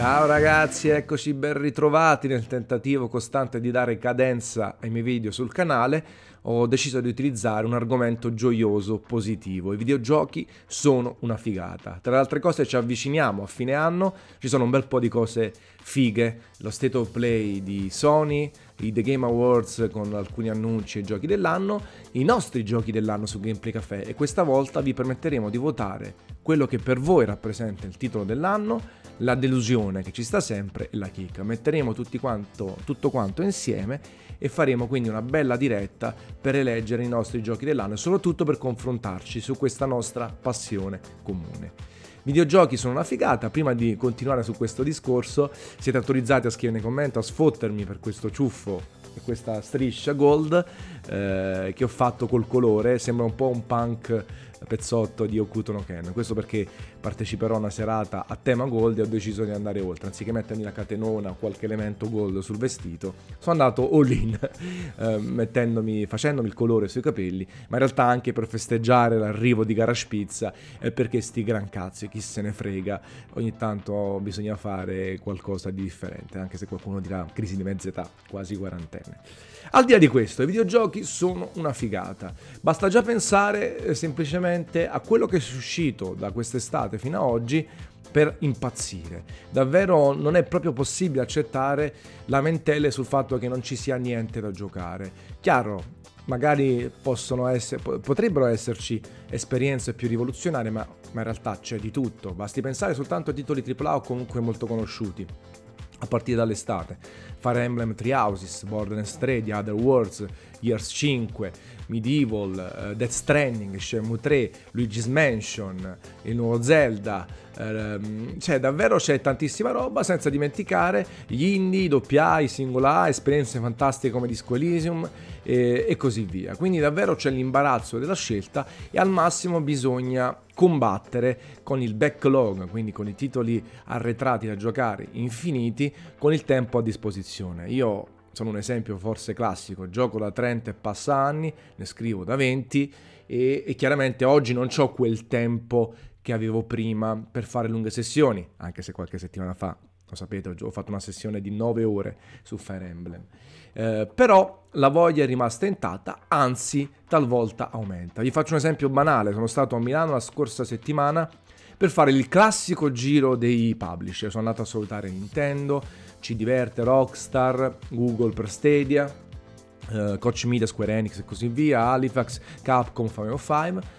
Ciao ragazzi, eccoci ben ritrovati nel tentativo costante di dare cadenza ai miei video sul canale. Ho deciso di utilizzare un argomento gioioso, positivo. I videogiochi sono una figata. Tra le altre cose ci avviciniamo a fine anno, ci sono un bel po' di cose fighe, lo State of Play di Sony, i The Game Awards con alcuni annunci e giochi dell'anno, i nostri giochi dell'anno su Gameplay Café e questa volta vi permetteremo di votare quello che per voi rappresenta il titolo dell'anno, la delusione che ci sta sempre e la chicca. Metteremo tutto quanto insieme e faremo quindi una bella diretta per eleggere i nostri giochi dell'anno e soprattutto per confrontarci su questa nostra passione comune. Videogiochi sono una figata. Prima di continuare su questo discorso siete autorizzati a scrivere nei commenti, a sfottermi per questo ciuffo e questa striscia gold che ho fatto col colore. Sembra un po' un punk pezzotto di Hokuto no Ken. Questo perché parteciperò a una serata a tema gold e ho deciso di andare oltre. Anziché mettermi la catenona o qualche elemento gold sul vestito, sono andato all in facendomi il colore sui capelli, ma in realtà anche per festeggiare l'arrivo di Garage Pizza e perché sti gran cazzi, chi se ne frega, ogni tanto bisogna fare qualcosa di differente, anche se qualcuno dirà crisi di mezza età, quasi quarantenne. Al di là di questo, i videogiochi sono una figata. Basta già pensare semplicemente a quello che è uscito da quest'estate fino ad oggi per impazzire. Davvero non è proprio possibile accettare lamentele sul fatto che non ci sia niente da giocare. Chiaro, magari potrebbero esserci esperienze più rivoluzionarie, ma in realtà c'è di tutto. Basti pensare soltanto a titoli AAA o comunque molto conosciuti a partire dall'estate: Fire Emblem Three Houses, Borderlands 3, The Other Worlds, Gears 5, Medieval, Death Stranding, Shenmue 3, Luigi's Mansion, il nuovo Zelda. Cioè davvero c'è tantissima roba, senza dimenticare gli indie, i AA, i singola A, esperienze fantastiche come Disco Elysium e così via. Quindi davvero c'è l'imbarazzo della scelta e al massimo bisogna combattere con il backlog, quindi con i titoli arretrati da giocare infiniti, con il tempo a disposizione. Io sono un esempio forse classico, gioco da 30 e passa anni, ne scrivo da 20 e chiaramente oggi non ho quel tempo che avevo prima per fare lunghe sessioni, anche se qualche settimana fa, lo sapete, ho fatto una sessione di 9 ore su Fire Emblem. Però la voglia è rimasta intatta, anzi talvolta aumenta. Vi faccio un esempio banale: sono stato a Milano la scorsa settimana per fare il classico giro dei publisher. Sono andato a salutare Nintendo, Ci Diverte, Rockstar, Google per Stadia, Koch Media, Square Enix e così via, Halifax, Capcom, Family of Five.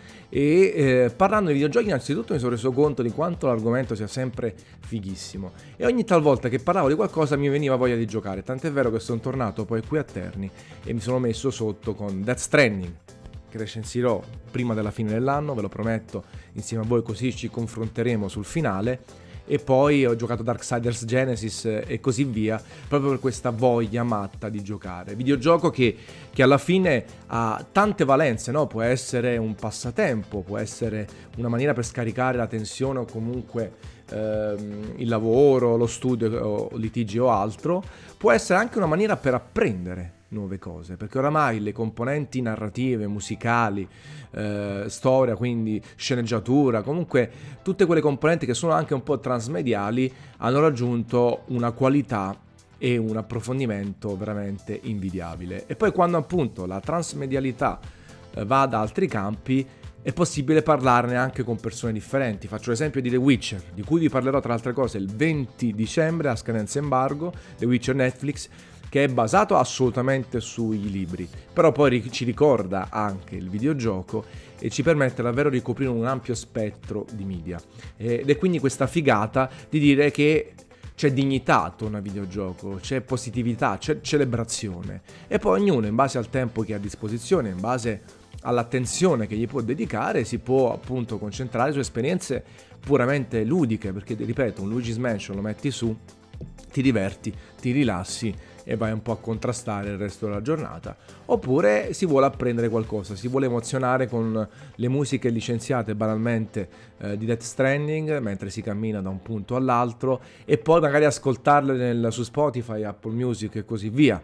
E parlando di videogiochi innanzitutto mi sono reso conto di quanto l'argomento sia sempre fighissimo e ogni talvolta che parlavo di qualcosa mi veniva voglia di giocare, tant'è vero che sono tornato poi qui a Terni e mi sono messo sotto con Death Stranding, che recensirò prima della fine dell'anno, ve lo prometto, insieme a voi, così ci confronteremo sul finale. E poi ho giocato Darksiders Genesis e così via, proprio per questa voglia matta di giocare. Videogioco che alla fine ha tante valenze, no? Può essere un passatempo, può essere una maniera per scaricare la tensione o comunque il lavoro, lo studio o litigi o altro. Può essere anche una maniera per apprendere nuove cose, perché oramai le componenti narrative, musicali, storia, quindi sceneggiatura, comunque tutte quelle componenti che sono anche un po' transmediali hanno raggiunto una qualità e un approfondimento veramente invidiabile. E poi quando appunto la transmedialità va ad altri campi è possibile parlarne anche con persone differenti. Faccio l'esempio di The Witcher, di cui vi parlerò tra altre cose il 20 dicembre a scadenza embargo, The Witcher Netflix, che è basato assolutamente sui libri, però poi ci ricorda anche il videogioco e ci permette davvero di coprire un ampio spettro di media. Ed è quindi questa figata di dire che c'è dignità attorno al videogioco, c'è positività, c'è celebrazione e poi ognuno, in base al tempo che ha a disposizione, in base all'attenzione che gli può dedicare, si può appunto concentrare su esperienze puramente ludiche, perché ripeto, un Luigi's Mansion lo metti su, ti diverti, ti rilassi e vai un po' a contrastare il resto della giornata, oppure si vuole apprendere qualcosa, si vuole emozionare con le musiche licenziate banalmente di Death Stranding mentre si cammina da un punto all'altro e poi magari ascoltarle su Spotify, Apple Music e così via.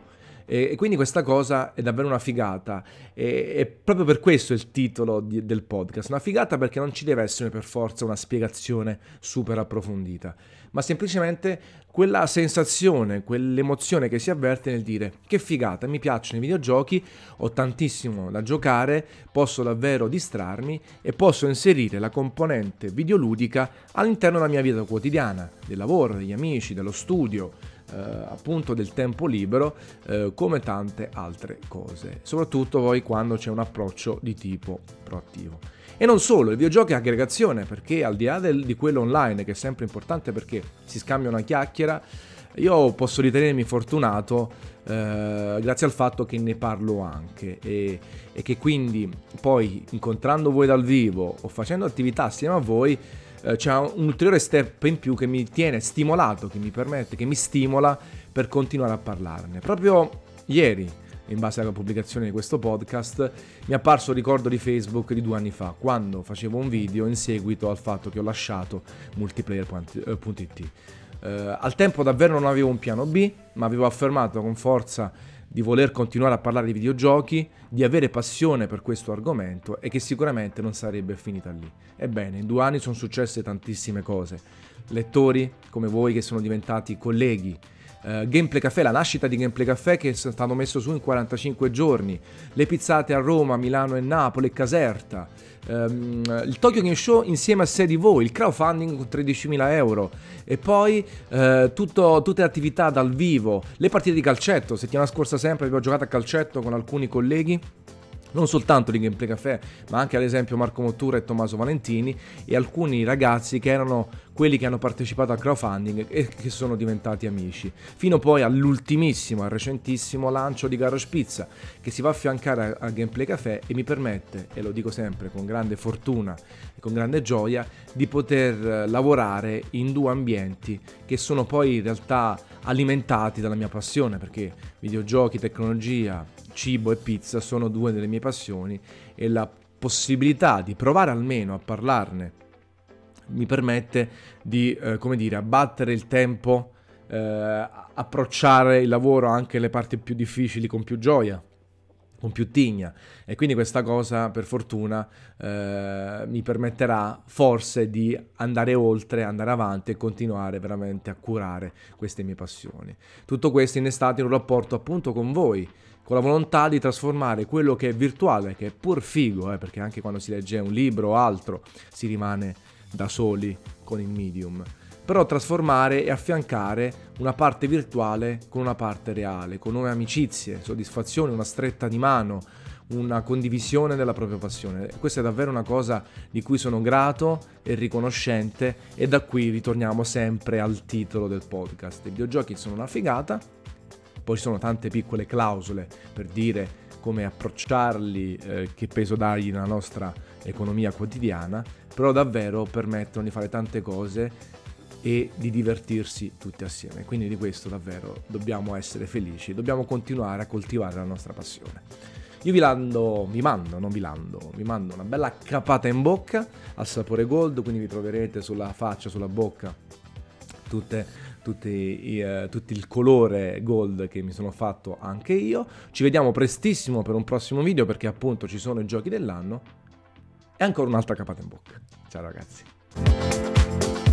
E quindi questa cosa è davvero una figata, e proprio per questo è il titolo del podcast, una figata, perché non ci deve essere per forza una spiegazione super approfondita, ma semplicemente quella sensazione, quell'emozione che si avverte nel dire che figata, mi piacciono i videogiochi, ho tantissimo da giocare, posso davvero distrarmi e posso inserire la componente videoludica all'interno della mia vita quotidiana, del lavoro, degli amici, dello studio, appunto del tempo libero, come tante altre cose, soprattutto poi quando c'è un approccio di tipo proattivo. E non solo, il videogioco è aggregazione, perché al di là di quello online, che è sempre importante perché si scambia una chiacchiera, io posso ritenermi fortunato grazie al fatto che ne parlo anche, e che quindi poi incontrando voi dal vivo o facendo attività assieme a voi c'è un ulteriore step in più che mi tiene stimolato, che mi permette, che mi stimola per continuare a parlarne. Proprio ieri, in base alla pubblicazione di questo podcast, mi è apparso il ricordo di Facebook di 2 anni fa, quando facevo un video in seguito al fatto che ho lasciato multiplayer.it. Al tempo davvero non avevo un piano B, ma avevo affermato con forza di voler continuare a parlare di videogiochi, di avere passione per questo argomento, e che sicuramente non sarebbe finita lì. Ebbene, in 2 anni sono successe tantissime cose. Lettori come voi che sono diventati colleghi, Gameplay Café, la nascita di Gameplay Café che è stato messo su in 45 giorni, le pizzate a Roma, Milano e Napoli e Caserta, il Tokyo Game Show insieme a 6 di voi, il crowdfunding con 13.000 euro, e poi tutte le attività dal vivo, le partite di calcetto. Settimana scorsa sempre avevo giocato a calcetto con alcuni colleghi, non soltanto di Gameplay Café, ma anche ad esempio Marco Mottura e Tommaso Valentini, e alcuni ragazzi che erano quelli che hanno partecipato al crowdfunding e che sono diventati amici, fino poi all'ultimissimo, al recentissimo lancio di Garage Pizza, che si va a affiancare a Gameplay Café e mi permette, e lo dico sempre con grande fortuna e con grande gioia, di poter lavorare in 2 ambienti che sono poi in realtà alimentati dalla mia passione, perché videogiochi, tecnologia, cibo e pizza sono 2 delle mie passioni, e la possibilità di provare almeno a parlarne mi permette di, abbattere il tempo, approcciare il lavoro anche le parti più difficili con più gioia, con più tigna, e quindi questa cosa per fortuna mi permetterà forse di andare oltre, andare avanti e continuare veramente a curare queste mie passioni. Tutto questo innestato in un rapporto appunto con voi, con la volontà di trasformare quello che è virtuale, che è pur figo, perché anche quando si legge un libro o altro si rimane da soli con il medium, però trasformare e affiancare una parte virtuale con una parte reale, con nuove amicizie, soddisfazioni, una stretta di mano, una condivisione della propria passione. Questa è davvero una cosa di cui sono grato e riconoscente, e da qui ritorniamo sempre al titolo del podcast. I videogiochi sono una figata, poi ci sono tante piccole clausole per dire come approcciarli, che peso dargli nella nostra economia quotidiana, però davvero permettono di fare tante cose e di divertirsi tutti assieme. Quindi di questo davvero dobbiamo essere felici, dobbiamo continuare a coltivare la nostra passione. Io vi mando una bella capata in bocca al sapore gold, quindi vi troverete sulla faccia, sulla bocca tutto il colore gold che mi sono fatto anche io. Ci vediamo prestissimo per un prossimo video, perché appunto ci sono i giochi dell'anno, e ancora un'altra capata in bocca. Ciao ragazzi.